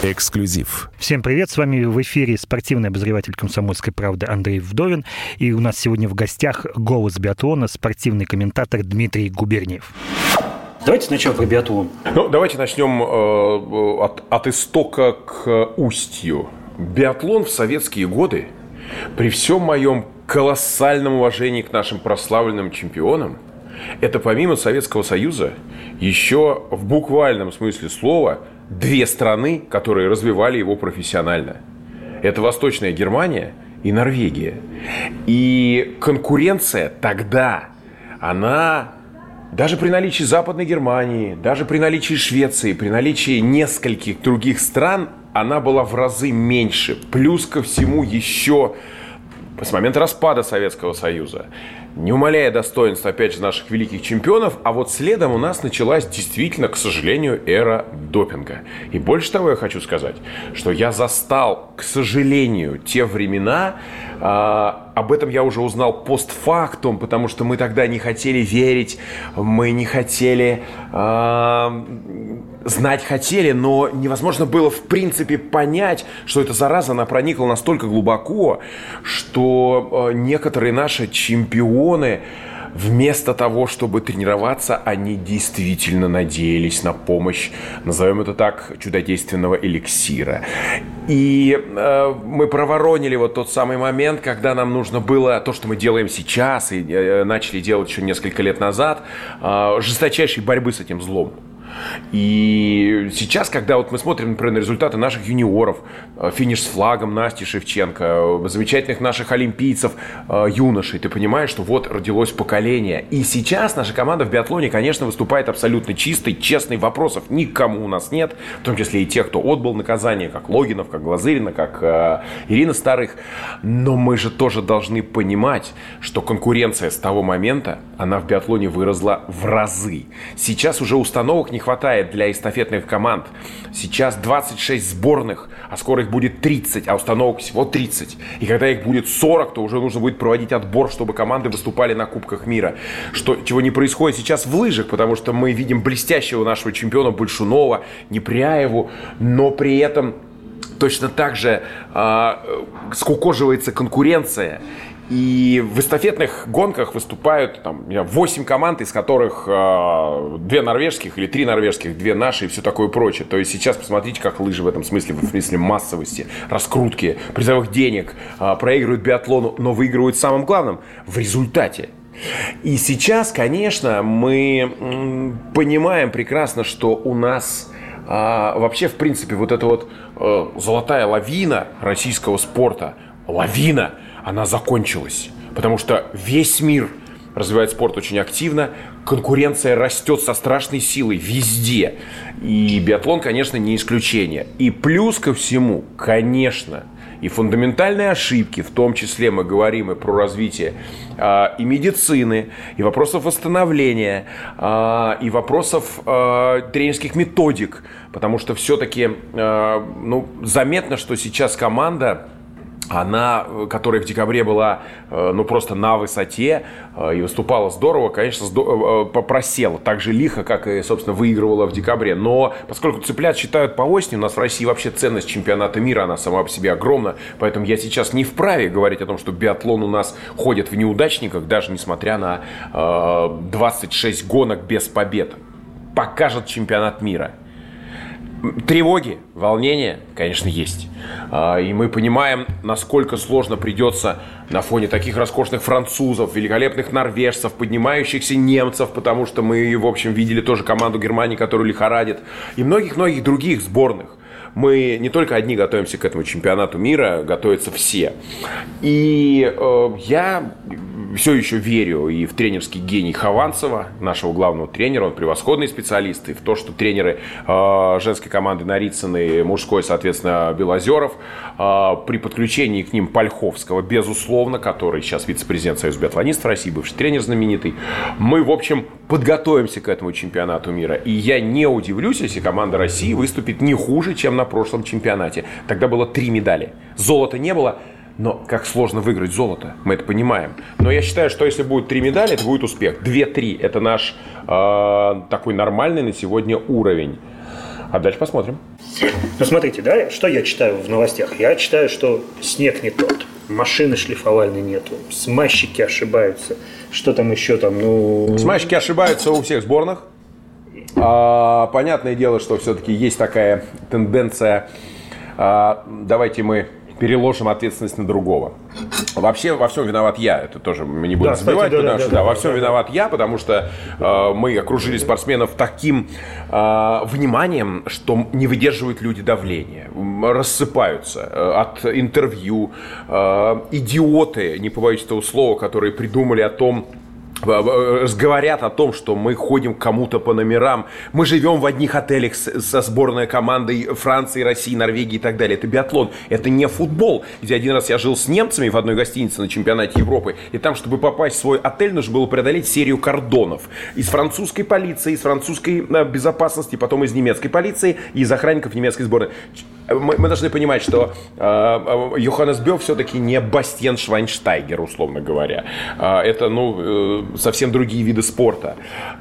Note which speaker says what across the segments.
Speaker 1: Эксклюзив.
Speaker 2: Всем привет, с вами в эфире спортивный обозреватель «Комсомольской правды» Андрей Вдовин. И у нас сегодня в гостях голос биатлона, спортивный комментатор Дмитрий Губерниев. Давайте сначала про биатлон.
Speaker 3: Давайте начнем от истока к устью. Биатлон в советские годы, при всем моем колоссальном уважении к нашим прославленным чемпионам, это помимо Советского Союза еще в буквальном смысле слова две страны, которые развивали его профессионально. Это Восточная Германия и Норвегия. И конкуренция тогда, она даже при наличии Западной Германии, даже при наличии Швеции, при наличии нескольких других стран, она была в разы меньше. Плюс ко всему еще с момента распада Советского Союза, не умаляя достоинства, опять же, наших великих чемпионов, а вот следом у нас началась действительно, к сожалению, эра допинга. И больше того я хочу сказать, что я застал, к сожалению, те времена, об этом я уже узнал постфактум, потому что мы тогда не хотели верить, мы не хотели, знать хотели, но невозможно было в принципе понять, что эта зараза, она проникла настолько глубоко, что некоторые наши чемпионы, вместо того, чтобы тренироваться, они действительно надеялись на помощь, назовем это так, чудодейственного эликсира. И мы проворонили вот тот самый момент, когда нам нужно было то, что мы делаем сейчас, и начали делать еще несколько лет назад, жесточайшей борьбы с этим злом. И сейчас, когда вот мы смотрим, например, на результаты наших юниоров, финиш с флагом Насти Шевченко, замечательных наших олимпийцев, юношей, ты понимаешь, что вот родилось поколение. И сейчас наша команда в биатлоне, конечно, выступает абсолютно чистой, честной, вопросов никому у нас нет, в том числе и тех, кто отбыл наказание, как Логинов, как Глазырина, как Ирина Старых. Но мы же тоже должны понимать, что конкуренция с того момента, она в биатлоне выросла в разы. Сейчас уже установок не хватает для эстафетных команд. Сейчас 26 сборных, а скоро их будет 30, а установок всего 30. И когда их будет 40, то уже нужно будет проводить отбор, чтобы команды выступали на Кубках мира. Чего не происходит сейчас в лыжах, потому что мы видим блестящего нашего чемпиона Большунова, Непряеву, но при этом точно так же скукоживается конкуренция. И в эстафетных гонках выступают 8 команд, из которых 2 норвежских или 3 норвежских, 2 наши и все такое прочее. То есть сейчас посмотрите, как лыжи в смысле массовости, раскрутки, призовых денег проигрывают биатлону, но выигрывают самым главным в результате. И сейчас, конечно, мы понимаем прекрасно, что у нас вообще, в принципе, вот эта вот золотая лавина российского спорта, она закончилась, потому что весь мир развивает спорт очень активно, конкуренция растет со страшной силой везде, и биатлон, конечно, не исключение. И плюс ко всему, конечно, и фундаментальные ошибки, в том числе мы говорим и про развитие и медицины, и вопросов восстановления, и вопросов тренерских методик, потому что все-таки заметно, что сейчас команда, которая в декабре была просто на высоте и выступала здорово, конечно, просела так же лихо, как и, собственно, выигрывала в декабре. Но поскольку цыплят считают по осени, у нас в России вообще ценность чемпионата мира, она сама по себе огромна, поэтому я сейчас не вправе говорить о том, что биатлон у нас ходит в неудачниках, даже несмотря на 26 гонок без побед. Покажет чемпионат мира. Тревоги, волнения, конечно, есть. И мы понимаем, насколько сложно придется на фоне таких роскошных французов, великолепных норвежцев, поднимающихся немцев, потому что мы, в общем, видели тоже команду Германии, которая лихорадит, и многих-многих других сборных. Мы не только одни готовимся к этому чемпионату мира, готовятся все. И я все еще верю и в тренерский гений Хованцева, нашего главного тренера. Он превосходный специалист. И в то, что тренеры женской команды Нарицын и мужской, соответственно, Белозеров, при подключении к ним Польховского, безусловно, который сейчас вице-президент Союза биатлонистов России, бывший тренер знаменитый, мы, в общем, подготовимся к этому чемпионату мира. И я не удивлюсь, если команда России выступит не хуже, чем на прошлом чемпионате. Тогда было 3 медали. Золота не было. Но как сложно выиграть золото, мы это понимаем. Но я считаю, что если будет 3 медали, это будет успех. 2-3 это наш такой нормальный на сегодня уровень. А дальше посмотрим.
Speaker 2: Ну, смотрите, да, что я читаю в новостях? Я читаю, что снег не тот, машины шлифовальной нету, смазчики ошибаются. Что там еще там,
Speaker 3: Смазчики ошибаются у всех сборных. Понятное дело, что все-таки есть такая тенденция. Давайте мы переложим ответственность на другого. Вообще во всем виноват я. Это тоже мы не будем забывать, во всем виноват я, потому что мы окружили спортсменов таким вниманием, что не выдерживают люди давления, рассыпаются от интервью. Идиоты, не побоюсь этого слова, которые придумали говорят о том, что мы ходим кому-то по номерам. Мы живем в одних отелях со сборной командой Франции, России, Норвегии и так далее. Это биатлон, это не футбол. Где один раз я жил с немцами в одной гостинице на чемпионате Европы. И там, чтобы попасть в свой отель, нужно было преодолеть серию кордонов. Из французской полиции, из французской безопасности, потом из немецкой полиции и из охранников немецкой сборной. Мы должны понимать, что Йоханнес Бё все-таки не Бастиен Швайнштайгер, условно говоря. Это, совсем другие виды спорта.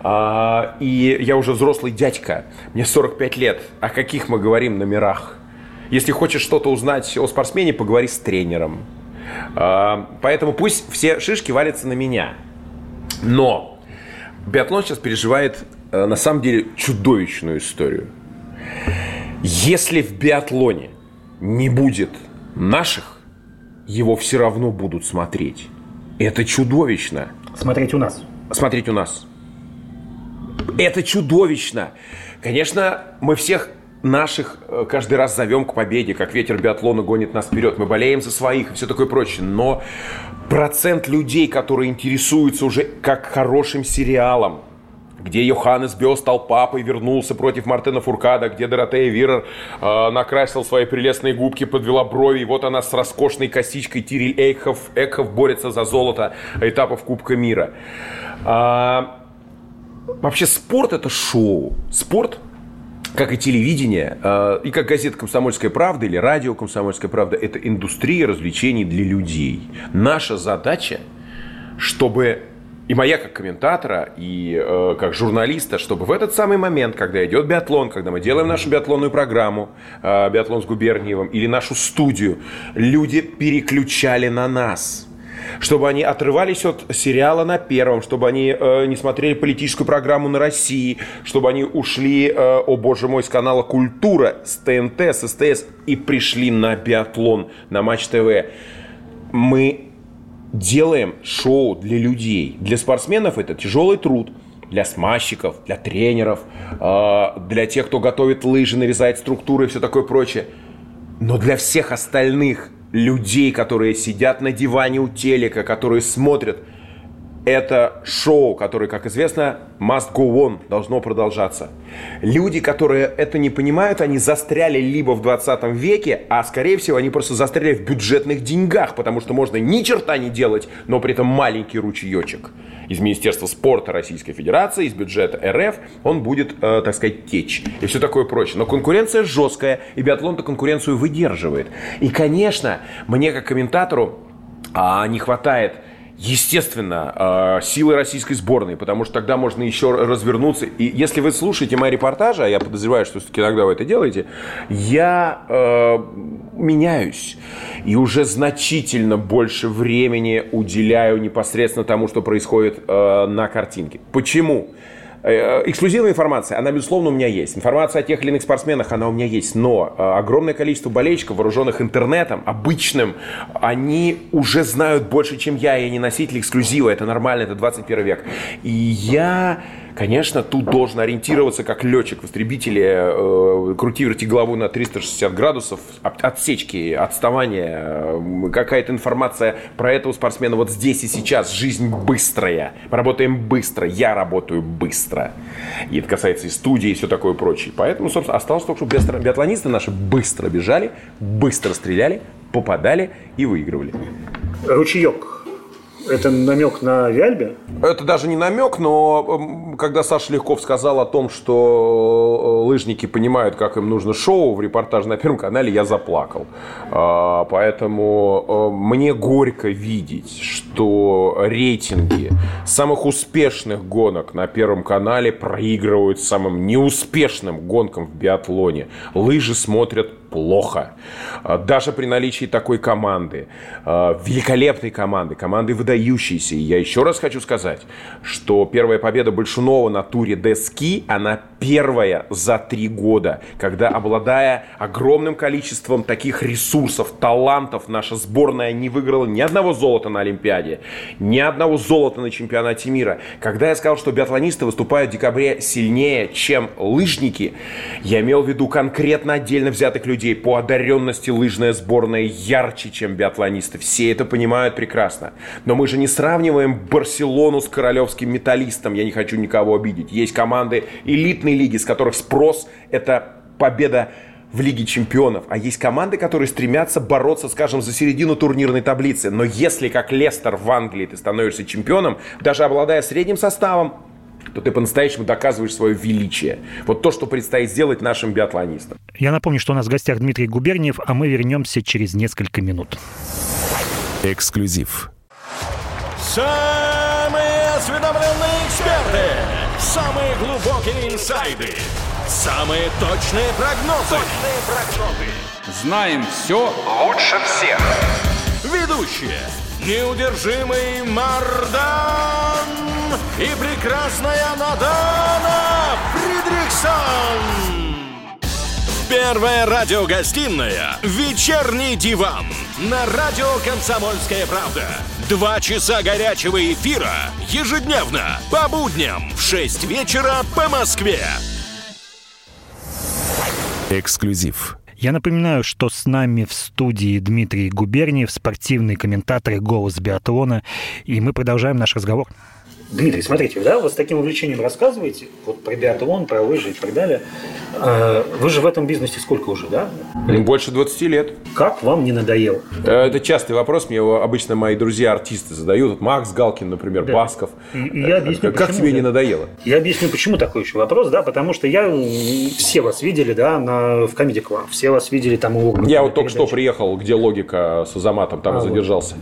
Speaker 3: И я уже взрослый дядька, мне 45 лет. О каких мы говорим номерах? Если хочешь что-то узнать о спортсмене, поговори с тренером. Поэтому пусть все шишки валятся на меня. Но биатлон сейчас переживает, на самом деле, чудовищную историю. Если в биатлоне не будет наших, его все равно будут смотреть. Это чудовищно.
Speaker 2: Смотреть у нас.
Speaker 3: Смотреть у нас. Это чудовищно. Конечно, мы всех наших каждый раз зовем к победе, как ветер биатлона гонит нас вперед. Мы болеем за своих и все такое прочее. Но процент людей, которые интересуются уже как хорошим сериалом, где Йоханнес Бё стал папой, вернулся против Мартена Фуркада, где Доротея Вирер накрасил свои прелестные губки, подвела брови, и вот она с роскошной косичкой. Тириль Экхоф борется за золото этапов Кубка мира. Вообще спорт – это шоу. Спорт, как и телевидение, и как газета «Комсомольская правда» или радио «Комсомольская правда» – это индустрия развлечений для людей. Наша задача, чтобы... И моя как комментатора, и как журналиста, чтобы в этот самый момент, когда идет биатлон, когда мы делаем нашу биатлонную программу «Биатлон с Губерниевым» или нашу студию, люди переключали на нас. Чтобы они отрывались от сериала на Первом, чтобы они не смотрели политическую программу на России, чтобы они ушли, о боже мой, с канала «Культура», с ТНТ, с СТС и пришли на биатлон, на Матч ТВ. Мы делаем шоу для людей. Для спортсменов это тяжелый труд. Для смазчиков, для тренеров, для тех, кто готовит лыжи, нарезает структуры и все такое прочее. Но для всех остальных людей, которые сидят на диване у телека, которые смотрят, это шоу, которое, как известно, must go on, должно продолжаться. Люди, которые это не понимают, они застряли либо в 20 веке, а, скорее всего, они просто застряли в бюджетных деньгах, потому что можно ни черта не делать, но при этом маленький ручеечек из Министерства спорта Российской Федерации, из бюджета РФ, он будет, так сказать, течь и все такое прочее. Но конкуренция жесткая, и биатлон-то конкуренцию выдерживает. И, конечно, мне, как комментатору, не хватает... Естественно, силы российской сборной, потому что тогда можно еще развернуться. И если вы слушаете мои репортажи, а я подозреваю, что все-таки иногда вы это делаете, я меняюсь. И уже значительно больше времени уделяю непосредственно тому, что происходит на картинке. Почему? Эксклюзивная информация, она, безусловно, у меня есть. Информация о тех или иных спортсменах, она у меня есть. Но огромное количество болельщиков, вооруженных интернетом, обычным, они уже знают больше, чем я. Я не носитель эксклюзива, это нормально, это 21 век. И я, конечно, тут должен ориентироваться как летчик в истребителе, крути-верти голову на 360 градусов, отсечки, отставания, какая-то информация про этого спортсмена вот здесь и сейчас. Жизнь быстрая, мы работаем быстро, я работаю быстро. И это касается и студии, и все такое прочее. Поэтому, собственно, осталось только, чтобы биатлонисты наши быстро бежали, быстро стреляли, попадали и выигрывали.
Speaker 2: Ручеек. Это намек на Вяльбе?
Speaker 3: Это даже не намек, но когда Саша Легков сказал о том, что лыжники понимают, как им нужно шоу в репортаже на Первом канале, я заплакал. Поэтому мне горько видеть, что рейтинги самых успешных гонок на Первом канале проигрывают самым неуспешным гонкам в биатлоне. Лыжи смотрят плохо. Даже при наличии такой команды, великолепной команды выдающейся. И я еще раз хочу сказать, что первая победа Большунова на туре Д-ски, она первая за 3 года, когда, обладая огромным количеством таких ресурсов, талантов, наша сборная не выиграла ни одного золота на Олимпиаде, ни одного золота на чемпионате мира. Когда я сказал, что биатлонисты выступают в декабре сильнее, чем лыжники, я имел в виду конкретно отдельно взятых людей. По одаренности лыжная сборная ярче, чем биатлонисты. Все это понимают прекрасно. Но мы же не сравниваем Барселону с королевским Металлистом. Я не хочу никого обидеть. Есть команды элитной лиги, с которых спрос – это победа в Лиге чемпионов. А есть команды, которые стремятся бороться, скажем, за середину турнирной таблицы. Но если, как Лестер в Англии, ты становишься чемпионом, даже обладая средним составом, то ты по-настоящему доказываешь свое величие. Вот то, что предстоит сделать нашим биатлонистам.
Speaker 2: Я напомню, что у нас в гостях Дмитрий Губерниев, а мы вернемся через несколько минут.
Speaker 1: Эксклюзив.
Speaker 4: Самые осведомленные эксперты, самые глубокие инсайды, самые точные прогнозы.
Speaker 5: Знаем все
Speaker 4: лучше всех. Ведущие: неудержимый Мардан и прекрасная Надана Фридрихсон. Первая радиогостинная «Вечерний диван» на радио «Комсомольская правда». 2 часа горячего эфира ежедневно по будням в 6 вечера по Москве.
Speaker 1: Эксклюзив.
Speaker 2: Я напоминаю, что с нами в студии Дмитрий Губерниев, спортивный комментатор и «Голос биатлона», и мы продолжаем наш разговор. Дмитрий, смотрите, да, вы с таким увлечением рассказываете вот про биатлон, про лыжи и так далее. Вы же в этом бизнесе сколько уже, да?
Speaker 3: Больше 20 лет.
Speaker 2: Как вам не надоело?
Speaker 3: Это частый вопрос, мне его обычно мои друзья-артисты задают. Вот Макс Галкин, например, да. Басков.
Speaker 2: И я объясню,
Speaker 3: как тебе не надоело?
Speaker 2: Я объясню, почему такой еще вопрос, да, потому что все вас видели, да, в Comedy Club, все вас видели там у Огненного.
Speaker 3: Я вот только что приехал, где логика с Азаматом, там и задержался.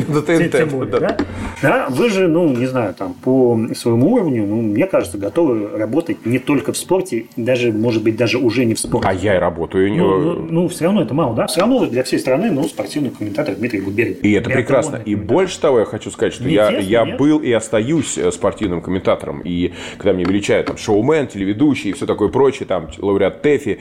Speaker 2: Да, вы же, не знаю, там по своему уровню, мне кажется, готовы работать не только в спорте, даже, может быть, даже уже не в спорте.
Speaker 3: А я и работаю.
Speaker 2: Все равно это мало, да? Все равно для всей страны, спортивный комментатор Дмитрий Губерниев.
Speaker 3: И это прекрасно. И больше того, я хочу сказать, что я был и остаюсь спортивным комментатором. И когда меня величают там шоумен, телеведущий и все такое прочее, там лауреат ТЭФИ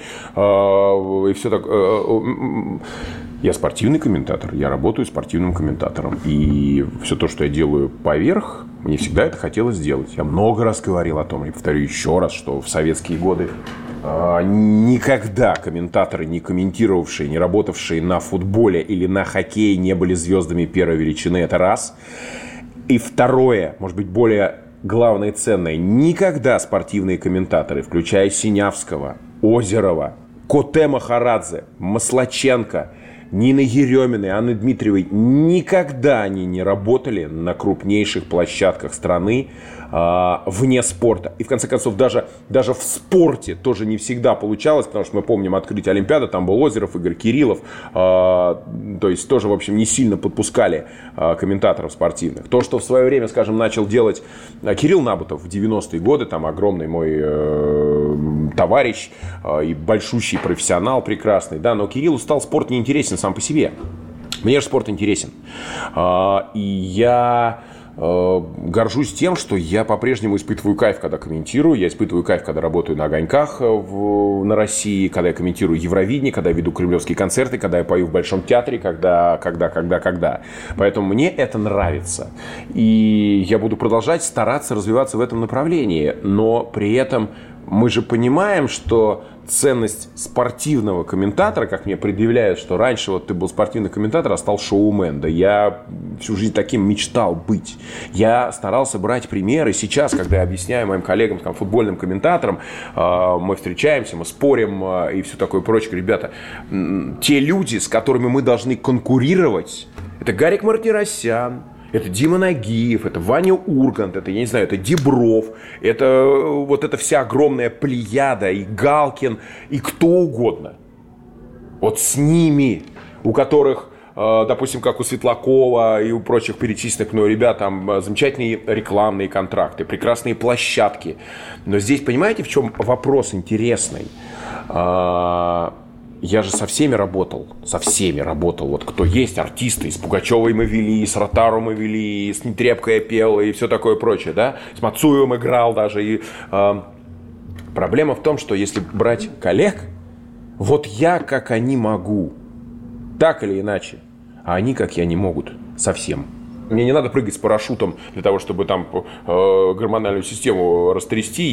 Speaker 3: и все такое. Я спортивный комментатор, я работаю спортивным комментатором. И все то, что я делаю поверх, мне всегда это хотелось сделать. Я много раз говорил о том, и повторю еще раз, что в советские годы никогда комментаторы, не комментировавшие, не работавшие на футболе или на хоккее, не были звездами первой величины. Это раз. И второе, может быть, более главное и ценное. Никогда спортивные комментаторы, включая Синявского, Озерова, Коте Махарадзе, Маслаченко, Нины Ереминой, Анны Дмитриевой, никогда они не работали на крупнейших площадках страны вне спорта. И в конце концов даже в спорте тоже не всегда получалось, потому что мы помним открытие Олимпиады, там был Озеров, Игорь Кириллов, то есть тоже, в общем, не сильно подпускали комментаторов спортивных. То, что в свое время, скажем, начал делать Кирилл Набутов в 90-е годы, там огромный мой товарищ и большущий профессионал прекрасный, да, но Кириллу стал спорт неинтересен сам по себе. Мне же спорт интересен. И я горжусь тем, что я по-прежнему испытываю кайф, когда комментирую. Я испытываю кайф, когда работаю на «Огоньках» на России, когда я комментирую Евровидение, когда я веду кремлевские концерты, когда я пою в Большом театре, когда. Поэтому мне это нравится. И я буду продолжать стараться развиваться в этом направлении. Но при этом мы же понимаем, что ценность спортивного комментатора, как мне предъявляют, что раньше вот ты был спортивный комментатор, а стал шоумен. Да я всю жизнь таким мечтал быть. Я старался брать примеры. Сейчас, когда я объясняю моим коллегам, там, футбольным комментаторам, мы встречаемся, мы спорим и все такое прочее. Ребята, те люди, с которыми мы должны конкурировать, это Гарик Мартиросян, Это Дима Нагиев, это Ваня Ургант, это, я не знаю, это Дибров, это вот эта вся огромная плеяда, и Галкин, и кто угодно. Вот с ними, у которых, допустим, как у Светлакова и у прочих перечисленных мной ребят, там замечательные рекламные контракты, прекрасные площадки. Но здесь, понимаете, в чем вопрос интересный? Я же со всеми работал. Вот кто есть, артисты. И с Пугачевой мы вели, и с Ротару мы вели, и с Нетребко я пел, и все такое прочее, да? С Мацуевым играл даже. И, проблема в том, что если брать коллег, вот я как они могу, так или иначе, а они как я не могут совсем. Мне не надо прыгать с парашютом для того, чтобы там гормональную систему растрясти.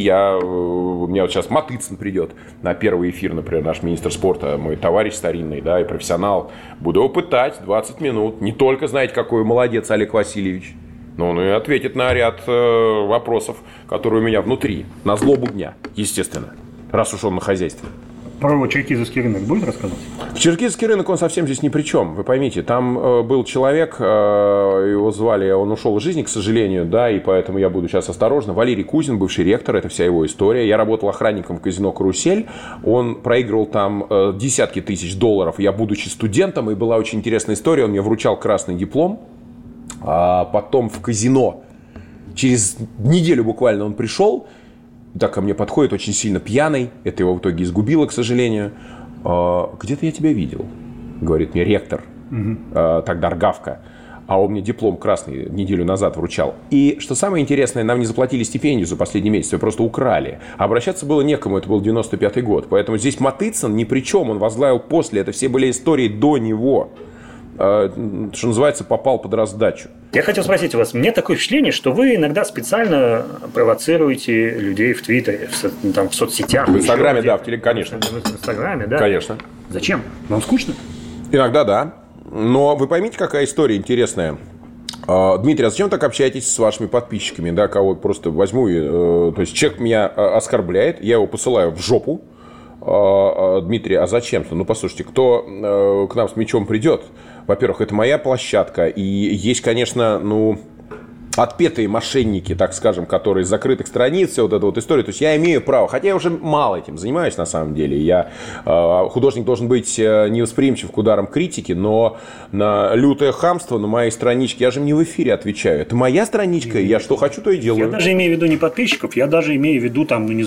Speaker 3: У меня вот сейчас Матыцын придет на первый эфир, например, наш министр спорта, мой товарищ старинный, да, и профессионал. Буду его пытать 20 минут. Не только, знаете, какой молодец Олег Васильевич, но он и ответит на ряд вопросов, которые у меня внутри. На злобу дня, естественно, раз уж он на хозяйстве.
Speaker 2: Про Черкизовский рынок будет рассказывать?
Speaker 3: Черкизовский рынок, он совсем здесь ни при чем. Вы поймите, там был человек, его звали, он ушел из жизни, к сожалению, да, и поэтому я буду сейчас осторожно. Валерий Кузин, бывший ректор, это вся его история. Я работал охранником в казино «Карусель». Он проигрывал там десятки тысяч долларов, я, будучи студентом, и была очень интересная история. Он мне вручал красный диплом, а потом в казино через неделю буквально он пришел, так ко мне подходит, очень сильно пьяный. Это его в итоге изгубило, к сожалению. «Где-то я тебя видел», — говорит мне ректор, тогда Ргавка. А он мне диплом красный неделю назад вручал. И что самое интересное, нам не заплатили стипендию за последний месяц, ее просто украли. А обращаться было некому, это был 95-й год. Поэтому здесь Матыцын ни при чем, он возглавил после. Это все были истории до него. Что называется, попал под раздачу.
Speaker 2: Я хотел спросить у вас, мне такое впечатление, что вы иногда специально провоцируете людей в Твиттере, в соцсетях.
Speaker 3: В Инстаграме, да, в Телеграме, конечно.
Speaker 2: В Инстаграме, да?
Speaker 3: Конечно.
Speaker 2: Зачем? Вам скучно?
Speaker 3: Иногда да. Но вы поймите, какая история интересная. Дмитрий, а зачем так общаетесь с вашими подписчиками? Да, кого просто возьму, то есть человек меня оскорбляет, я его посылаю в жопу. Дмитрий, а зачем? Ну, послушайте, кто к нам с мячом придет? Во-первых, это моя площадка. И есть, конечно, отпетые мошенники, так скажем, которые с закрытых страниц, вот эта вот история. То есть я имею право, хотя я уже мало этим занимаюсь на самом деле. Художник должен быть невосприимчив к ударам критики, но на лютое хамство на моей страничке я же не в эфире отвечаю. Это моя страничка, я что хочу, то и делаю.
Speaker 2: Я даже имею в виду не подписчиков, я даже имею в виду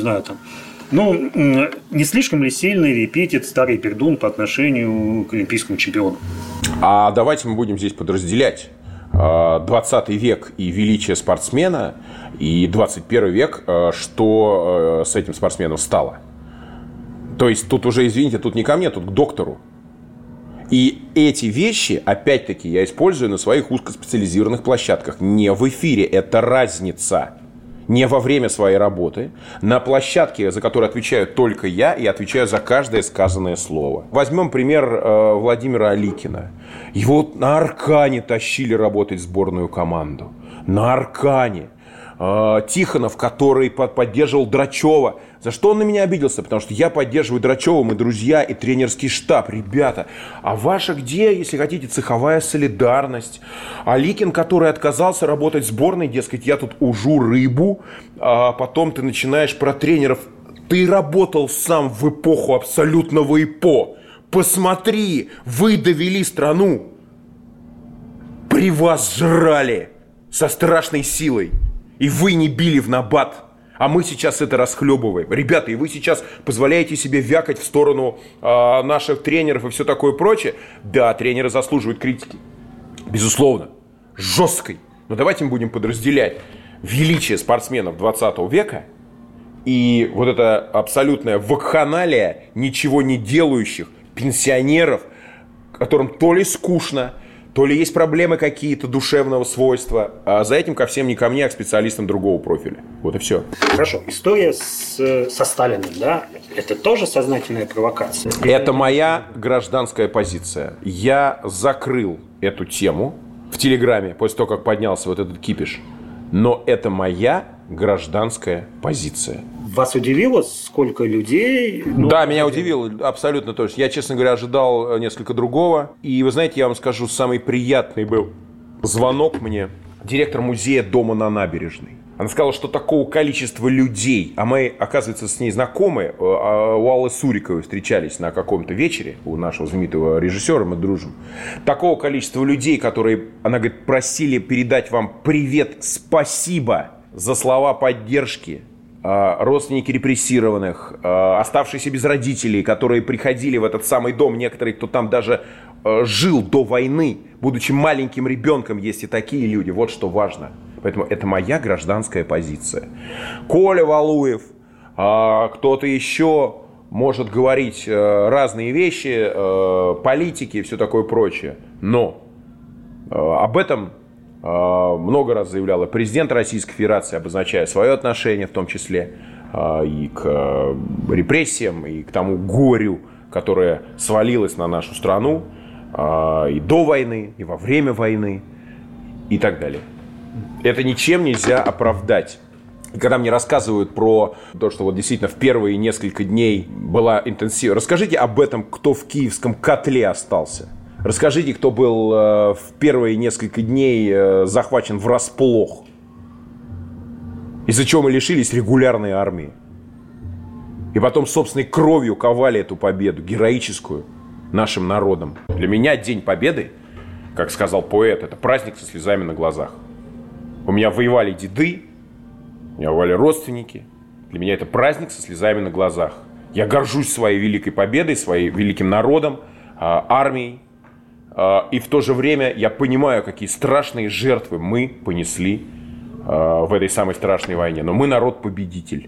Speaker 2: не слишком ли сильный эпитет старый пердун по отношению к олимпийскому чемпиону?
Speaker 3: А давайте мы будем здесь подразделять 20 век и величие спортсмена, и 21 век, что с этим спортсменом стало. То есть тут уже, извините, тут не ко мне, тут к доктору. И эти вещи, опять-таки, я использую на своих узкоспециализированных площадках. Не в эфире, это разница. Не во время своей работы, на площадке, за которую отвечаю только я, и отвечаю за каждое сказанное слово. Возьмем пример Владимира Аликина. Его на Аркане тащили работать в сборную команду. На Аркане. Тихонов, который поддерживал Драчева. За что он на меня обиделся? Потому что я поддерживаю Драчева, мы друзья и тренерский штаб. Ребята, а ваша где, если хотите, цеховая солидарность? Аликин, который отказался работать в сборной, дескать, я тут ужу рыбу, а потом ты начинаешь про тренеров. Ты работал сам в эпоху абсолютного ИПО. Посмотри, вы довели страну. При вас жрали со страшной силой. И вы не били в набат, а мы сейчас это расхлебываем. Ребята, и вы сейчас позволяете себе вякать в сторону наших тренеров и все такое прочее. Да, тренеры заслуживают критики. Безусловно. Жесткой. Но давайте мы будем подразделять величие спортсменов 20 века и вот это абсолютное вакханалия ничего не делающих пенсионеров, которым то ли скучно, то ли есть проблемы какие-то душевного свойства. А за этим ко всем не ко мне, а к специалистам другого профиля. Вот и все.
Speaker 2: Хорошо. История со Сталиным, да? Это тоже сознательная провокация?
Speaker 3: Это моя гражданская позиция. Я закрыл эту тему в Телеграме после того, как поднялся вот этот кипиш. Но это моя гражданская позиция.
Speaker 2: Вас удивило, сколько людей?
Speaker 3: Да, меня удивило, абсолютно точно. Я, честно говоря, ожидал несколько другого. И вы знаете, я вам скажу, самый приятный был звонок мне директор музея дома на набережной. Она сказала, что такого количества людей, а мы, оказывается, с ней знакомы, у Аллы Суриковой встречались на каком-то вечере, у нашего знаменитого режиссера, мы дружим, такого количества людей, которые, она говорит, просили передать вам привет, спасибо за слова поддержки, родственники репрессированных, оставшиеся без родителей, которые приходили в этот самый дом, некоторые, кто там даже жил до войны, будучи маленьким ребенком, есть и такие люди, вот что важно. Поэтому это моя гражданская позиция. Коля Валуев, кто-то еще может говорить разные вещи, политики и все такое прочее. Но об этом много раз заявлял и президент Российской Федерации, обозначая свое отношение в том числе и к репрессиям, и к тому горю, которое свалилось на нашу страну и до войны, и во время войны, и так далее. Это ничем нельзя оправдать. И когда мне рассказывают про то, что вот действительно в первые несколько дней была интенсивная... Расскажите об этом, кто в киевском котле остался. Расскажите, кто был в первые несколько дней захвачен врасплох. Из-за чего мы лишились регулярной армии. И потом собственной кровью ковали эту победу, героическую, нашим народом. Для меня День Победы, как сказал поэт, это праздник со слезами на глазах. У меня воевали деды, у меня воевали родственники. Для меня это праздник со слезами на глазах. Я горжусь своей великой победой, своим великим народом, армией. И в то же время я понимаю, какие страшные жертвы мы понесли в этой самой страшной войне. Но мы народ-победитель.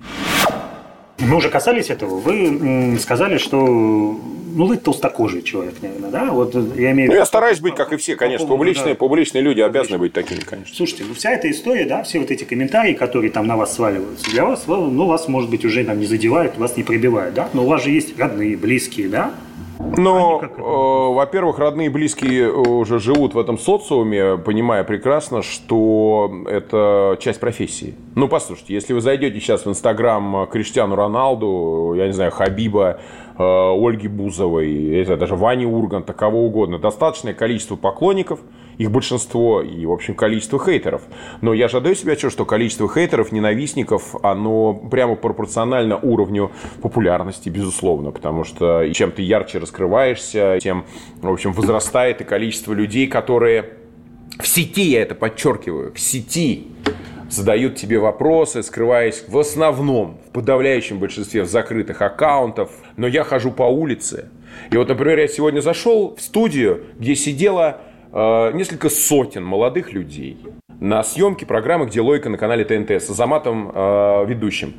Speaker 2: Мы уже касались этого. Вы сказали, что вы толстокожий человек, наверное, да? Вот я имею в виду.
Speaker 3: Я стараюсь быть, как и все, конечно. Публичные люди обязаны быть такими, конечно.
Speaker 2: Слушайте, вся эта история, да, все вот эти комментарии, которые там на вас сваливаются, для вас, вас, может быть, уже там не задевают, вас не пробивают, да? Но у вас же есть родные, близкие, да?
Speaker 3: Но, во-первых, родные и близкие уже живут в этом социуме, понимая прекрасно, что это часть профессии. Ну, послушайте, если вы зайдете сейчас в Инстаграм Криштиану Роналду, я не знаю, Хабиба, Ольги Бузовой, даже Вани Урганта, кого угодно, достаточное количество поклонников, их большинство и, в общем, количество хейтеров. Но я же отдаю себе отчет, что количество хейтеров, ненавистников, оно прямо пропорционально уровню популярности, безусловно. Потому что чем ты ярче раскрываешься, тем, в общем, возрастает и количество людей, которые в сети, я это подчеркиваю, в сети задают тебе вопросы, скрываясь в основном, в подавляющем большинстве в закрытых аккаунтах. Но я хожу по улице. И вот, например, я сегодня зашел в студию, где сидело несколько сотен молодых людей на съемке программы «Где логика» на канале ТНТ с Азаматом ведущим.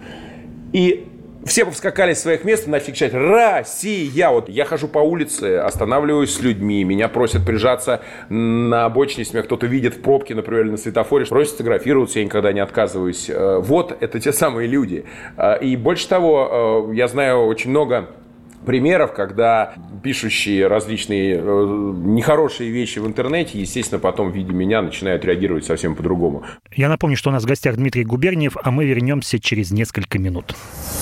Speaker 3: И все повскакали с своих мест и начали кричать «Россия!». Вот я хожу по улице, останавливаюсь с людьми, меня просят прижаться на обочине, если меня кто-то видит в пробке, например, на светофоре, просят сфотографироваться, я никогда не отказываюсь. Вот это те самые люди. И больше того, я знаю очень много примеров, когда пишущие различные нехорошие вещи в интернете, естественно, потом в виде меня начинают реагировать совсем по-другому.
Speaker 2: Я напомню, что у нас в гостях Дмитрий Губерниев, а мы вернемся через несколько минут.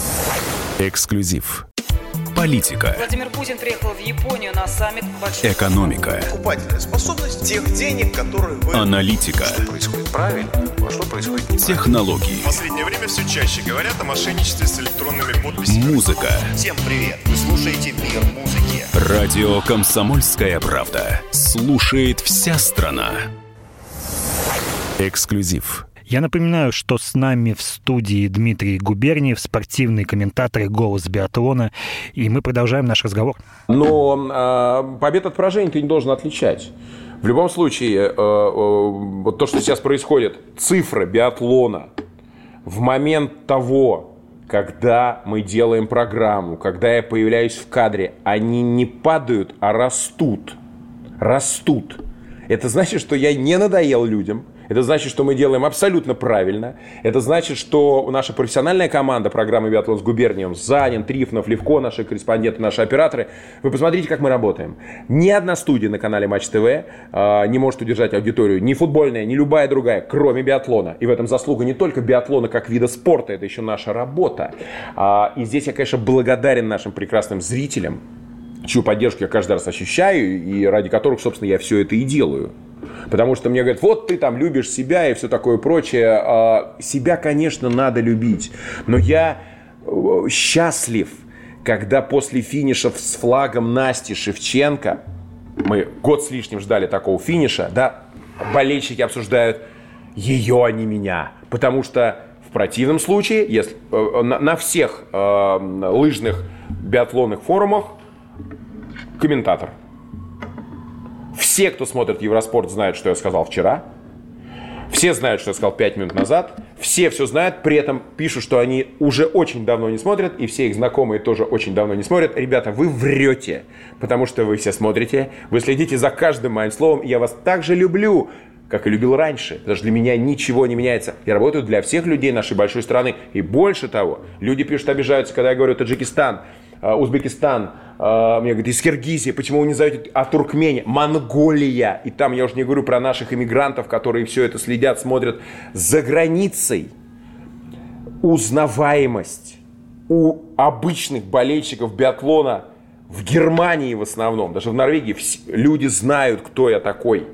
Speaker 1: Эксклюзив. Политика.
Speaker 5: Владимир Путин приехал в Японию на саммит большой.
Speaker 1: Экономика.
Speaker 6: Покупательная способность тех денег, которые вы...
Speaker 1: Аналитика.
Speaker 6: Что происходит правильно, а что происходит неправильно.
Speaker 1: Технологии.
Speaker 6: В последнее время все чаще говорят о мошенничестве с электронными подписями.
Speaker 1: Музыка.
Speaker 6: Всем привет! Вы слушаете «Мир музыки».
Speaker 1: Радио «Комсомольская правда». Слушает вся страна. Эксклюзив.
Speaker 2: Я напоминаю, что с нами в студии Дмитрий Губерниев, спортивный комментатор и голос биатлона, и мы продолжаем наш разговор.
Speaker 3: Но победу от поражения ты не должен отличать. В любом случае, вот то, что сейчас происходит, цифры биатлона в момент того, когда мы делаем программу, когда я появляюсь в кадре, они не падают, а растут. Растут. Это значит, что я не надоел людям. Это значит, что мы делаем абсолютно правильно. Это значит, что наша профессиональная команда программы «Биатлон» с Губерниевым, Занин, Трифонов, Левко, наши корреспонденты, наши операторы. Вы посмотрите, как мы работаем. Ни одна студия на канале Матч ТВ не может удержать аудиторию. Ни футбольная, ни любая другая, кроме биатлона. И в этом заслуга не только биатлона как вида спорта, это еще наша работа. И здесь я, конечно, благодарен нашим прекрасным зрителям, чью поддержку я каждый раз ощущаю, и ради которых, собственно, я все это и делаю. Потому что мне говорят, вот ты там любишь себя и все такое прочее. Себя, конечно, надо любить. Но я счастлив, когда после финиша с флагом Насти Шевченко, мы год с лишним ждали такого финиша, да, болельщики обсуждают ее, а не меня. Потому что в противном случае, если на всех лыжных биатлонных форумах комментатор. Все, кто смотрит Евроспорт, знают, что я сказал вчера. Все знают, что я сказал 5 минут назад. Все знают, при этом пишут, что они уже очень давно не смотрят, и все их знакомые тоже очень давно не смотрят. Ребята, вы врете, потому что вы все смотрите, вы следите за каждым моим словом, и я вас так же люблю, как и любил раньше. Потому что для меня ничего не меняется. Я работаю для всех людей нашей большой страны. И больше того, люди пишут, обижаются, когда я говорю Таджикистан, Узбекистан, мне говорят, из Киргизии, почему вы не зовете о Туркмении, Монголия. И там я уже не говорю про наших иммигрантов, которые все это следят, смотрят за границей. Узнаваемость у обычных болельщиков биатлона в Германии в основном, даже в Норвегии, люди знают, кто я такой.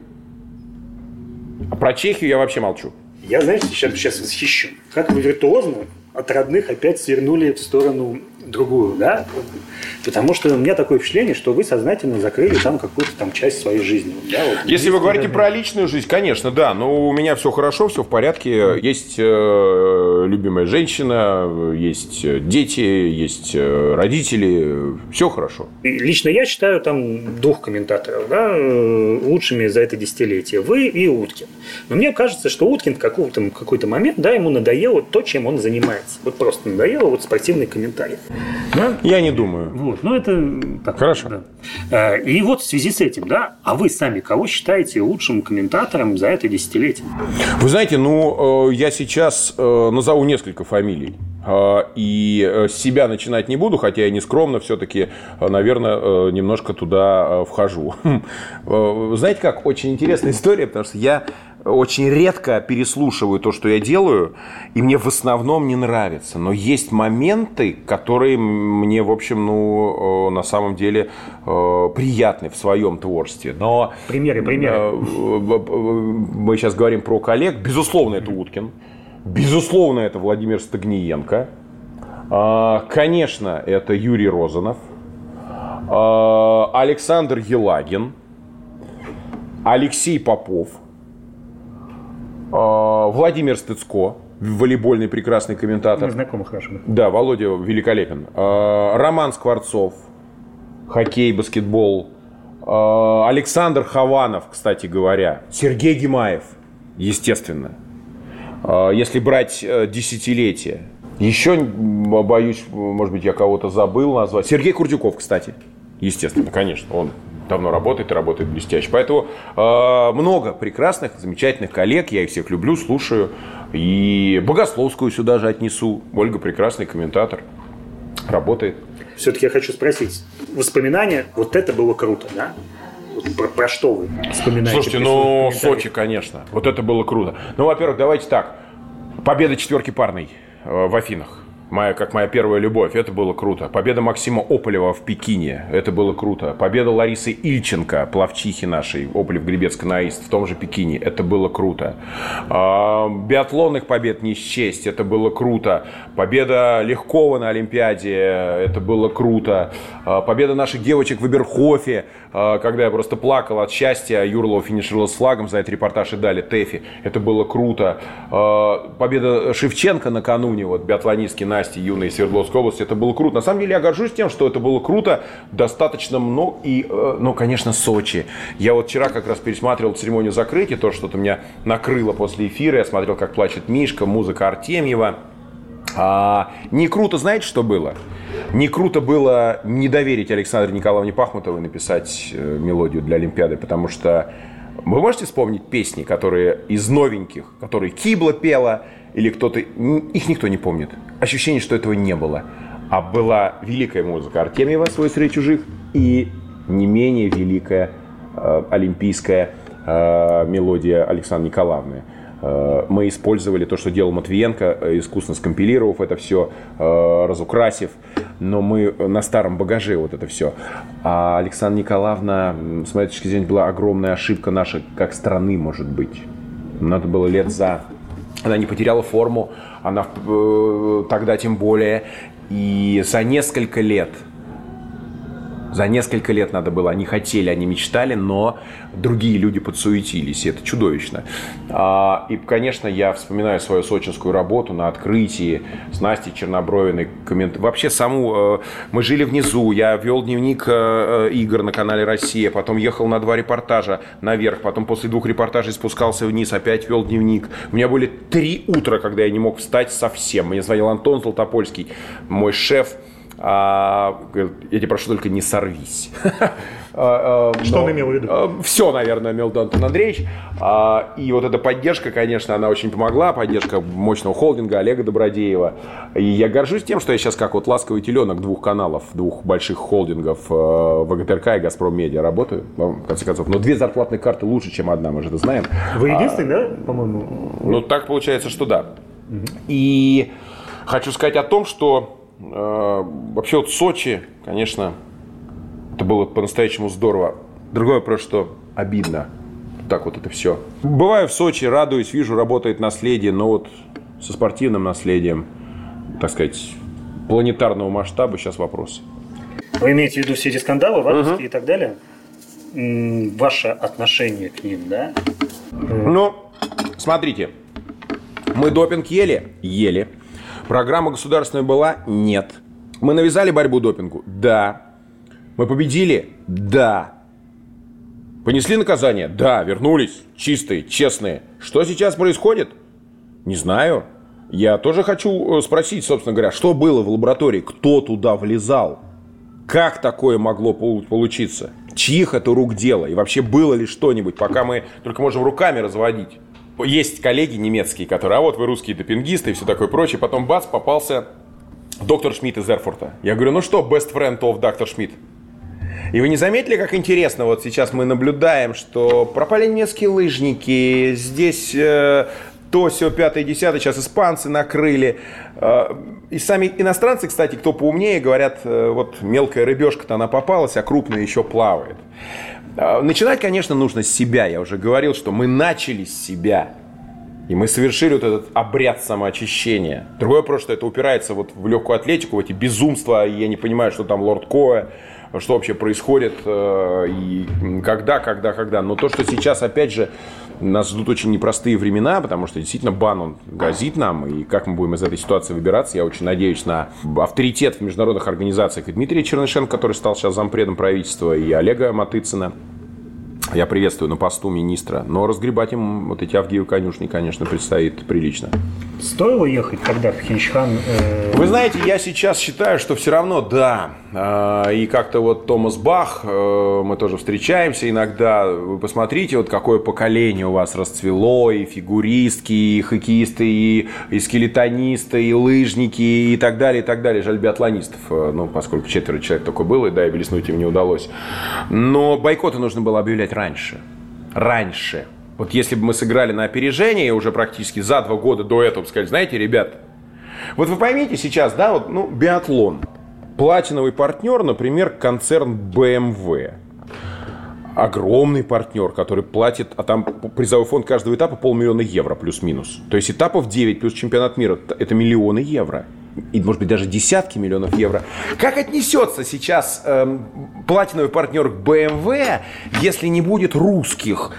Speaker 3: А про Чехию я вообще молчу.
Speaker 2: Я, знаете, сейчас восхищен. Как вы виртуозно от родных опять свернули в сторону другую, да? Потому что у меня такое впечатление, что вы сознательно закрыли там какую-то там часть своей жизни. Да? Вот,
Speaker 3: если вы говорите про личную жизнь, конечно, да. Но у меня все хорошо, все в порядке. Есть любимая женщина, есть дети, есть родители. Все хорошо.
Speaker 2: И лично я считаю там двух комментаторов, да, лучшими за это десятилетие. Вы и Уткин. Но мне кажется, что Уткин в какой-то момент, да, ему надоело то, чем он занимается. Вот просто надоело вот спортивный комментарий. Да?
Speaker 3: Я не думаю.
Speaker 2: Вот, ну это так,
Speaker 3: хорошо.
Speaker 2: Да. И вот в связи с этим, да, а вы сами кого считаете лучшим комментатором за это десятилетие?
Speaker 3: Вы знаете, я сейчас назову несколько фамилий. И с себя начинать не буду, хотя я не скромно все-таки, наверное, немножко туда вхожу. Знаете как, очень интересная история, потому что я очень редко переслушиваю то, что я делаю, и мне в основном не нравится. Но есть моменты, которые мне, в общем, на самом деле приятны в своем творчестве. Но
Speaker 2: примеры.
Speaker 3: Мы сейчас говорим про коллег. Безусловно, это Уткин. Безусловно, это Владимир Стагниенко. Конечно, это Юрий Розанов. Александр Елагин. Алексей Попов. Владимир Стыцко, волейбольный прекрасный комментатор.
Speaker 2: Мы знакомы хорошо.
Speaker 3: Да, Володя великолепен. Роман Скворцов, хоккей, баскетбол. Александр Хованов, кстати говоря. Сергей Гимаев, естественно. Если брать десятилетия. Еще, боюсь, может быть, я кого-то забыл назвать. Сергей Курдюков, кстати. Естественно, конечно, он давно работает и работает блестяще. Поэтому много прекрасных, замечательных коллег. Я их всех люблю, слушаю. И Богословскую сюда же отнесу. Ольга прекрасный комментатор. Работает.
Speaker 2: Все-таки я хочу спросить. Воспоминания, вот это было круто, да? Про что вы вспоминаете?
Speaker 3: Слушайте, Сочи, конечно. Вот это было круто. Во-первых, давайте так. Победа четверки парной в Афинах. Как моя первая любовь. Это было круто. Победа Максима Ополева в Пекине. Это было круто. Победа Ларисы Ильченко, пловчихи нашей, Ополев-Гребец-каноист, в том же Пекине. Это было круто. Биатлонных побед не счесть. Это было круто. Победа Легкова на Олимпиаде. Это было круто. Победа наших девочек в Эберхофе, когда я просто плакал от счастья. Юрлова финишировала с флагом. За этот репортаж и дали Тэфи. Это было круто. Победа Шевченко накануне, биатлонистки Насти, юной из Свердловской области, это было круто. На самом деле я горжусь тем, что это было круто, достаточно много. И, конечно, Сочи. Я вчера как раз пересматривал церемонию закрытия, то, что-то меня накрыло после эфира. Я смотрел, как плачет Мишка, музыка Артемьева. Не круто, знаете, что было? Не круто было не доверить Александре Николаевне Пахмутовой написать мелодию для Олимпиады, потому что вы можете вспомнить песни, которые из новеньких, которые Кибла пела, или кто-то, их никто не помнит. Ощущение, что этого не было. А была великая музыка Артемьева «Свой среди чужих» и не менее великая олимпийская мелодия Александры Николаевны. Мы использовали то, что делал Матвиенко, искусно скомпилировав это все, разукрасив. Но мы на старом багаже вот это все. А Александра Николаевна, с моей точки зрения, была огромная ошибка наша как страны, может быть. Надо было лет за... Она не потеряла форму, она тогда тем более. И за несколько лет надо было, они хотели, они мечтали, но другие люди подсуетились, и это чудовищно. И, конечно, я вспоминаю свою сочинскую работу на открытии с Настей Чернобровиной. Вообще мы жили внизу, я вел дневник игр на канале «Россия», потом ехал на 2 репортажа наверх, потом после 2 репортажей спускался вниз, опять вел дневник. У меня были 3 утра, когда я не мог встать совсем. Мне звонил Антон Златопольский, мой шеф. Говорит, я тебя прошу, только не сорвись.
Speaker 2: Что он имел в виду?
Speaker 3: Все, наверное, имел в виду Антон Андреевич. И вот эта поддержка, конечно, она очень помогла. Поддержка мощного холдинга Олега Добродеева. И я горжусь тем, что я сейчас как вот ласковый теленок 2 каналов, 2 больших холдингов ВГТРК и Газпром Медиа работаю, в конце концов. Но 2 зарплатные карты лучше, чем одна, мы же это знаем.
Speaker 2: Вы единственный, да, по-моему?
Speaker 3: Ну, так получается, что да. И хочу сказать о том, что вообще вот Сочи, конечно, это было по-настоящему здорово. Другой вопрос, что обидно. Так вот это все. Бываю в Сочи, радуюсь, вижу, работает наследие, но вот со спортивным наследием, так сказать, планетарного масштаба сейчас вопрос.
Speaker 2: Вы имеете в виду все эти скандалы, Варовские и так далее? Ваше отношение к ним, да?
Speaker 3: Ну, смотрите, мы допинг ели? Ели. Программа государственная была? Нет. Мы навязали борьбу допингу? Да. Мы победили? Да. Понесли наказание? Да. Вернулись чистые, честные. Что сейчас происходит? Не знаю. Я тоже хочу спросить, собственно говоря, что было в лаборатории? Кто туда влезал? Как такое могло получиться? Чьих это рук дело? И вообще было ли что-нибудь, пока мы только можем руками разводить? Есть коллеги немецкие, которые, а вот вы русские допингисты и все такое прочее. Потом бац, попался доктор Шмидт из Эрфурта. Я говорю, ну что, best friend of доктор Шмидт? И вы не заметили, как интересно, вот сейчас мы наблюдаем, что пропали немецкие лыжники, здесь то, сё, 5-е, 10-е, сейчас испанцы накрыли. И сами иностранцы, кстати, кто поумнее, говорят, вот мелкая рыбешка-то она попалась, а крупная еще плавает. Начинать, конечно, нужно с себя. Я уже говорил, что мы начали с себя. И мы совершили вот этот обряд самоочищения. Другой вопрос, что это упирается вот в легкую атлетику, в эти безумства. И я не понимаю, что там лорд Коэ, что вообще происходит, и когда. Но то, что сейчас, опять же, нас ждут очень непростые времена, потому что действительно бан, он грозит нам. И как мы будем из этой ситуации выбираться, я очень надеюсь на авторитет в международных организациях и Дмитрия Чернышенко, который стал сейчас зампредом правительства, и Олега Матыцына. Я приветствую на посту министра. Но разгребать им вот эти Авгиевы конюшни, конечно, предстоит прилично.
Speaker 2: Стоило ехать тогда в Пхенчхан?
Speaker 3: Вы знаете, я сейчас считаю, что все равно да. И как-то вот Томас Бах, мы тоже встречаемся иногда. Вы посмотрите, вот какое поколение у вас расцвело. И фигуристки, и хоккеисты, и скелетонисты, и лыжники, и так далее, и так далее. Жаль, биатлонистов. Ну, поскольку 4 человек только было, и да, и блеснуть им не удалось. Но бойкоты нужно было объявлять раньше. Вот если бы мы сыграли на опережение уже практически за 2 года до этого, сказали, знаете, ребят, вот вы поймите сейчас, да, вот, ну, биатлон. Платиновый партнер, например, концерн BMW. Огромный партнер, который платит, а там призовой фонд каждого этапа 500 000 евро плюс-минус. То есть этапов 9 плюс чемпионат мира, это миллионы евро. И, может быть, даже десятки миллионов евро. Как отнесется сейчас платиновый партнер к BMW, если не будет русских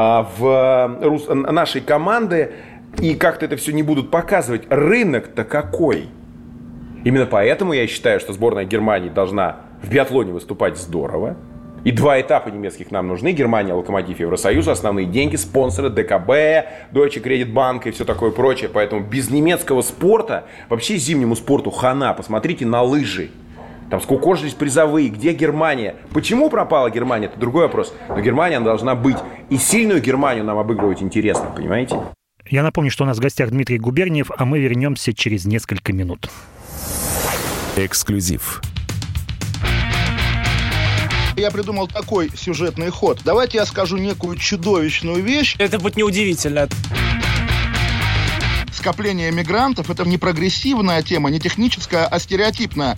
Speaker 3: нашей команды, и как-то это все не будут показывать? Рынок-то какой? Именно поэтому я считаю, что сборная Германии должна в биатлоне выступать здорово. И 2 этапа немецких нам нужны. Германия, Локомотив Евросоюза, основные деньги, спонсоры, ДКБ, Deutsche Kreditbank и все такое прочее. Поэтому без немецкого спорта, вообще зимнему спорту хана. Посмотрите на лыжи. Там скукожились призовые. Где Германия? Почему пропала Германия? Это другой вопрос. Но Германия она должна быть. И сильную Германию нам обыгрывать интересно, понимаете?
Speaker 2: Я напомню, что у нас в гостях Дмитрий Губерниев, а мы вернемся через несколько минут.
Speaker 1: Эксклюзив.
Speaker 7: Я придумал такой сюжетный ход. Давайте я скажу некую чудовищную вещь.
Speaker 8: Это будет неудивительно.
Speaker 7: скопление мигрантов – это не прогрессивная тема, не техническая, а стереотипная.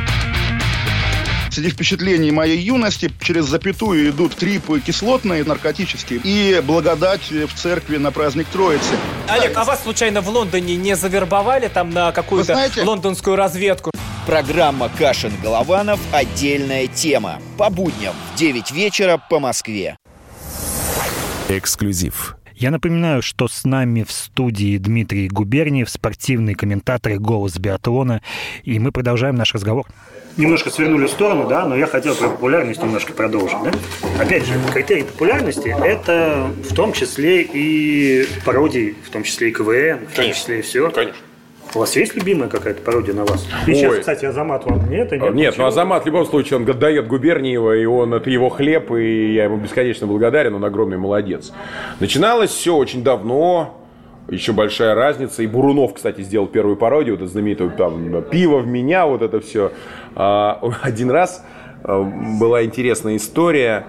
Speaker 7: Среди впечатлений моей юности через запятую идут трипы кислотные, наркотические, и благодать в церкви на праздник Троицы.
Speaker 8: Олег, а вас случайно в Лондоне не завербовали там на какую-то лондонскую разведку?
Speaker 9: Программа «Кашин-Голованов. Отдельная тема». По будням в 9 вечера по Москве.
Speaker 1: Эксклюзив.
Speaker 2: Я напоминаю, что с нами в студии Дмитрий Губерниев, спортивный комментатор и «Голос биатлона», и мы продолжаем наш разговор. Немножко свернули в сторону, да, но я хотел про популярность немножко продолжить, да. Опять же, критерий популярности – это в том числе и пародии, в том числе и КВН, в том числе и все.
Speaker 3: Конечно.
Speaker 2: У вас есть любимая какая-то пародия на вас? И сейчас, кстати, Азамат вам нет?
Speaker 3: Нет, но Азамат в любом случае, он дает Губерниева, и это его хлеб, и я ему бесконечно благодарен, он огромный молодец. Начиналось все очень давно, еще большая разница, и Бурунов, кстати, сделал первую пародию, вот эту знаменитую там «Пиво в меня», вот это все. Один раз была интересная история,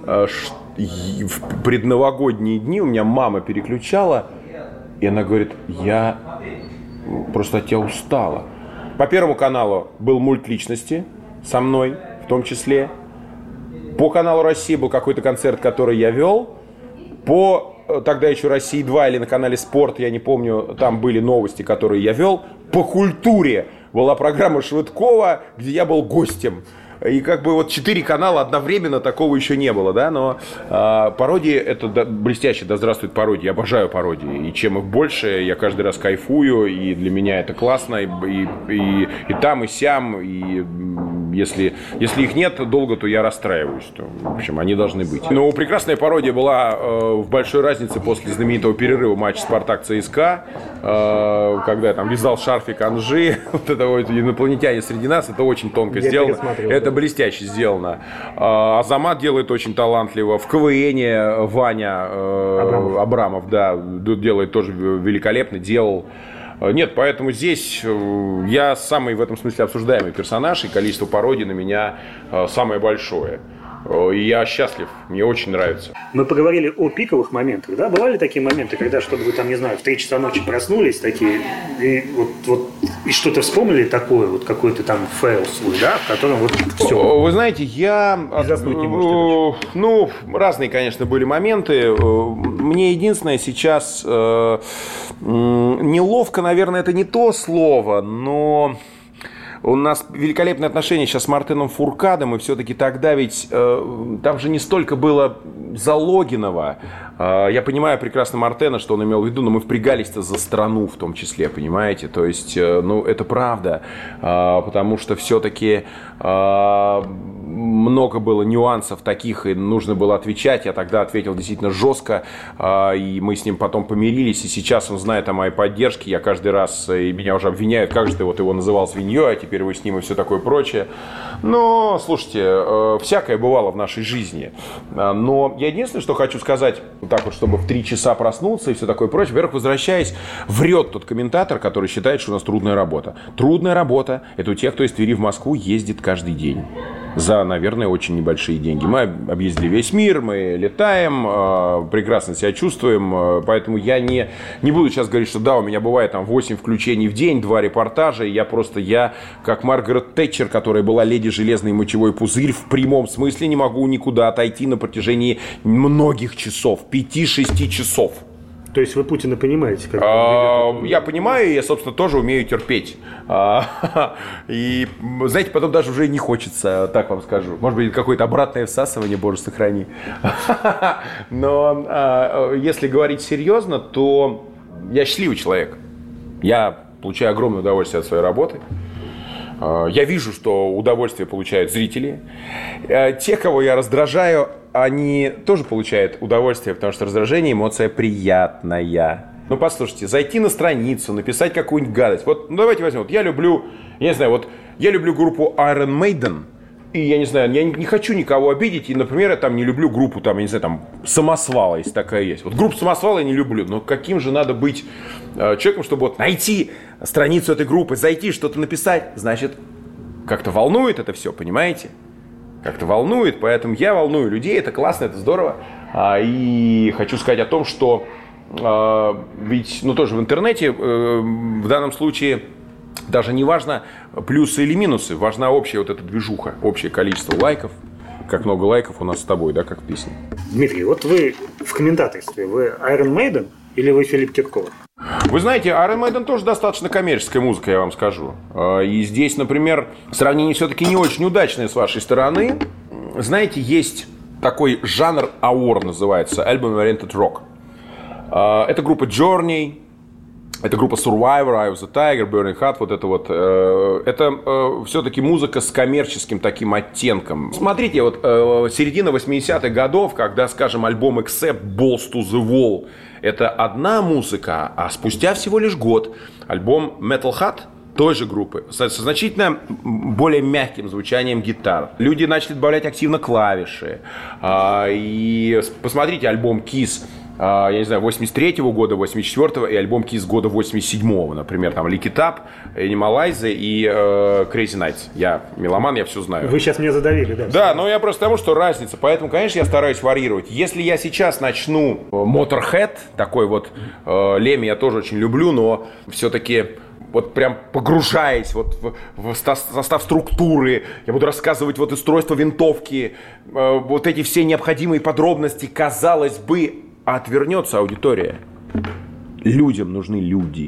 Speaker 3: в предновогодние дни у меня мама переключала, и она говорит: я просто от тебя устала. По Первому каналу был мульт личности со мной в том числе. По каналу России был какой-то концерт, который я вел. По тогда еще России-2 или на канале Спорт, я не помню, там были новости, которые я вел. По Культуре была программа Швыдкова, где я был гостем. И как бы вот 4 канала одновременно, такого еще не было, да, но пародии это блестяще, да здравствует пародии, я обожаю пародии, и чем их больше, я каждый раз кайфую, и для меня это классно, и там, и сям, и если их нет долго, то я расстраиваюсь, то, в общем, они должны быть. Но прекрасная пародия была в большой разнице после знаменитого перерыва матча «Спартак-ЦСКА», когда я там вязал шарфик Анжи, вот это вот инопланетяне среди нас, это очень тонко сделано. Это блестяще сделано. Азамат делает очень талантливо. В КВНе Ваня Абрамов, да, делает тоже великолепно, делал. Нет, поэтому здесь я самый в этом смысле обсуждаемый персонаж, и количество пародий на меня самое большое. И я счастлив, мне очень нравится.
Speaker 2: Мы поговорили о пиковых моментах, да? Бывали такие моменты, когда что-то вы там, не знаю, в 3 часа ночи проснулись такие, и вот и что-то вспомнили такое, вот какой-то там фейл свой, да, в котором вот все.
Speaker 3: Вы знаете, я...
Speaker 2: И заснуть не можете.
Speaker 3: Ну, разные, конечно, были моменты. Мне единственное сейчас неловко, наверное, это не то слово, но... У нас великолепные отношения сейчас с Мартеном Фуркадом, и все-таки тогда ведь там же не столько было Залогинова. Я понимаю прекрасно Мартена, что он имел в виду, но мы впрягались-то за страну в том числе, понимаете? То есть, ну, это правда, потому что все-таки много было нюансов таких, и нужно было отвечать. Я тогда ответил действительно жестко, и мы с ним потом помирились, и сейчас он знает о моей поддержке. Я каждый раз, и меня уже обвиняют, как же ты вот его называл свиньей, а теперь вы с ним и все такое прочее. Но, слушайте, всякое бывало в нашей жизни. Но я единственное, что хочу сказать, вот так вот, чтобы в 3 часа проснуться и все такое прочее. Во-первых, возвращаясь, врет тот комментатор, который считает, что у нас трудная работа. Трудная работа – это у тех, кто из Твери в Москву ездит каждый день. За, наверное, очень небольшие деньги. Мы объездили весь мир, мы летаем, прекрасно себя чувствуем, поэтому я не буду сейчас говорить, что да, у меня бывает там 8 включений в день, 2 репортажа, я как Маргарет Тэтчер, которая была леди Железный мочевой пузырь, в прямом смысле не могу никуда отойти на протяжении многих часов, 5-6 часов.
Speaker 2: То есть вы Путина понимаете? Как
Speaker 3: я понимаю, и я, собственно, тоже умею терпеть. И, знаете, потом даже уже не хочется, так вам скажу. Может быть, какое-то обратное всасывание, боже, сохрани. Но если говорить серьезно, то я счастливый человек. Я получаю огромное удовольствие от своей работы. Я вижу, что удовольствие получают зрители. Те, кого я раздражаю, они тоже получают удовольствие, потому что раздражение – эмоция приятная. Ну, послушайте, зайти на страницу, написать какую-нибудь гадость. Вот, ну, давайте возьмем. Вот я люблю группу Iron Maiden. И, я не знаю, я не хочу никого обидеть. И, например, я там не люблю группу, там, я не знаю, там, Самосвала, если такая есть. Вот группу Самосвала я не люблю. Но каким же надо быть человеком, чтобы вот найти страницу этой группы, зайти, что-то написать. Значит, как-то волнует это все, понимаете? Как-то волнует, поэтому я волную людей, это классно, это здорово. И хочу сказать о том, что ведь, тоже в интернете в данном случае даже не важно плюсы или минусы, важна общая вот эта движуха, общее количество лайков. Как много лайков у нас с тобой, да, как в песне.
Speaker 2: Дмитрий, вот вы в комментаторстве, вы Iron Maiden или вы Филипп Киркоров?
Speaker 3: Вы знаете, Iron Maiden тоже достаточно коммерческая музыка, я вам скажу. И здесь, например, сравнение все-таки не очень удачное с вашей стороны. Знаете, есть такой жанр AOR, называется Album Oriented Rock. Это группа Journey, это группа Survivor, Eye of the Tiger, Burning Heart, вот это вот. Это все-таки музыка с коммерческим таким оттенком. Смотрите, вот середина 80-х годов, когда, скажем, альбом Accept, Balls to the Wall, это одна музыка, а спустя всего лишь год альбом Metal Heart той же группы со значительно более мягким звучанием гитар. Люди начали добавлять активно клавиши. И посмотрите альбом Kiss, я не знаю, 83-го года, 84-го, и альбом Kiss года 87-го, например, там Lick It Up, Animalize и Crazy Nights. Я меломан, я все знаю.
Speaker 2: Вы сейчас меня задавили, да?
Speaker 3: Да, но я просто потому, что разница. Поэтому, конечно, я стараюсь варьировать. Если я сейчас начну Motorhead, такой вот Леми я тоже очень люблю, но все-таки вот прям погружаясь вот в состав структуры, я буду рассказывать вот устройство винтовки, вот эти все необходимые подробности, казалось бы, отвернется аудитория. Людям нужны люди.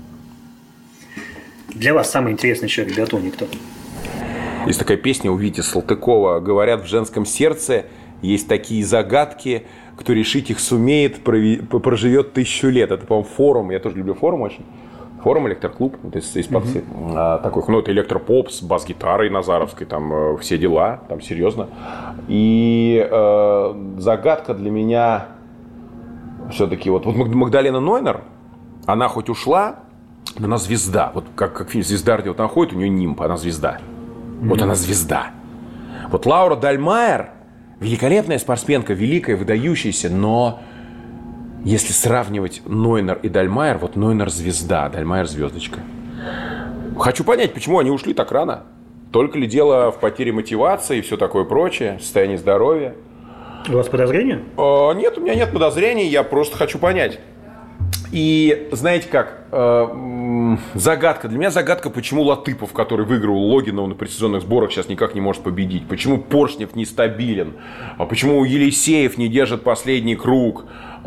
Speaker 2: Для вас самый интересный человек в биатлоне кто?
Speaker 3: Есть такая песня у Вити Салтыкова. Говорят, в женском сердце есть такие загадки, кто решить их сумеет, проживет 1000 лет. Это, по-моему, форум. Я тоже люблю форум очень. Форум, электроклуб. Вот такой, это электропоп с бас-гитарой назаровской. Там все дела. Там серьезно. И загадка для меня... Все-таки вот Магдалена Нойнер, она хоть ушла, но она звезда. Вот как фильм «Звезда», где вот она ходит, у нее нимб, она звезда. Вот она звезда. Вот Лаура Дальмайер, великолепная спортсменка, великая, выдающаяся, но если сравнивать Нойнер и Дальмайер, вот Нойнер звезда, Дальмайер звездочка. Хочу понять, почему они ушли так рано. Только ли дело в потере мотивации и все такое прочее, состоянии здоровья?
Speaker 2: У вас подозрения?
Speaker 3: Нет, у меня нет подозрений, я просто хочу понять. И знаете как, загадка, для меня загадка, почему Латыпов, который выиграл Логинова на предсезонных сборах, сейчас никак не может победить. Почему Поршнев нестабилен, почему Елисеев не держит последний круг,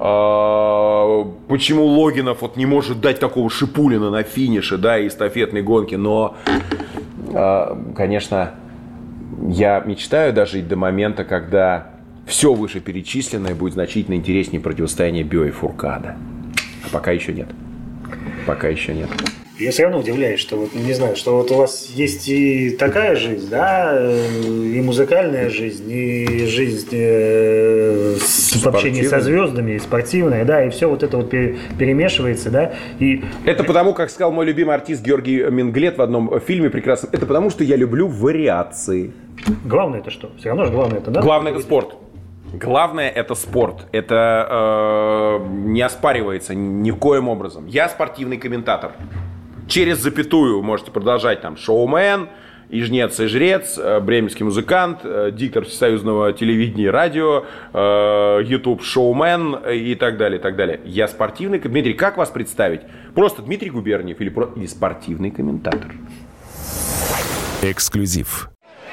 Speaker 3: почему Логинов вот не может дать такого Шипулина на финише, да, и эстафетной гонки. Но, конечно, я мечтаю дожить до момента, когда... Все вышеперечисленное будет значительно интереснее противостояния Био и Фуркада. А пока еще нет. Пока еще нет.
Speaker 2: Я все равно удивляюсь, что вот, не знаю, что вот у вас есть и такая жизнь, да, и музыкальная жизнь, и жизнь в общении со звездами, и спортивная, да, и все вот это вот перемешивается, да. И...
Speaker 3: Это потому, как сказал мой любимый артист Георгий Менглет в одном фильме прекрасном, это потому, что я люблю вариации.
Speaker 2: Главное это что? Все равно же главное это, да?
Speaker 3: Главное это спорт. Главное это спорт. Это не оспаривается ни в коем образом. Я спортивный комментатор. Через запятую можете продолжать там шоумен, и жнец, и жрец, бременский музыкант, диктор всесоюзного телевидения и радио, YouTube шоумен и так далее, и так далее. Я спортивный. Дмитрий, как вас представить? Просто Дмитрий Губерниев или спортивный комментатор?
Speaker 1: Эксклюзив.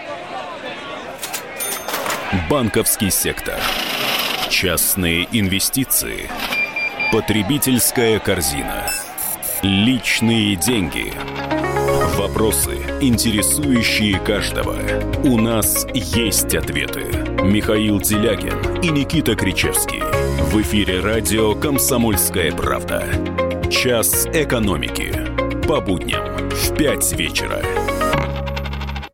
Speaker 1: Банковский сектор. Частные инвестиции. Потребительская корзина. Личные деньги. Вопросы, интересующие каждого. У нас есть ответы. Михаил Делягин и Никита Кричевский. В эфире радио «Комсомольская правда». Час экономики. По будням в 5 вечера.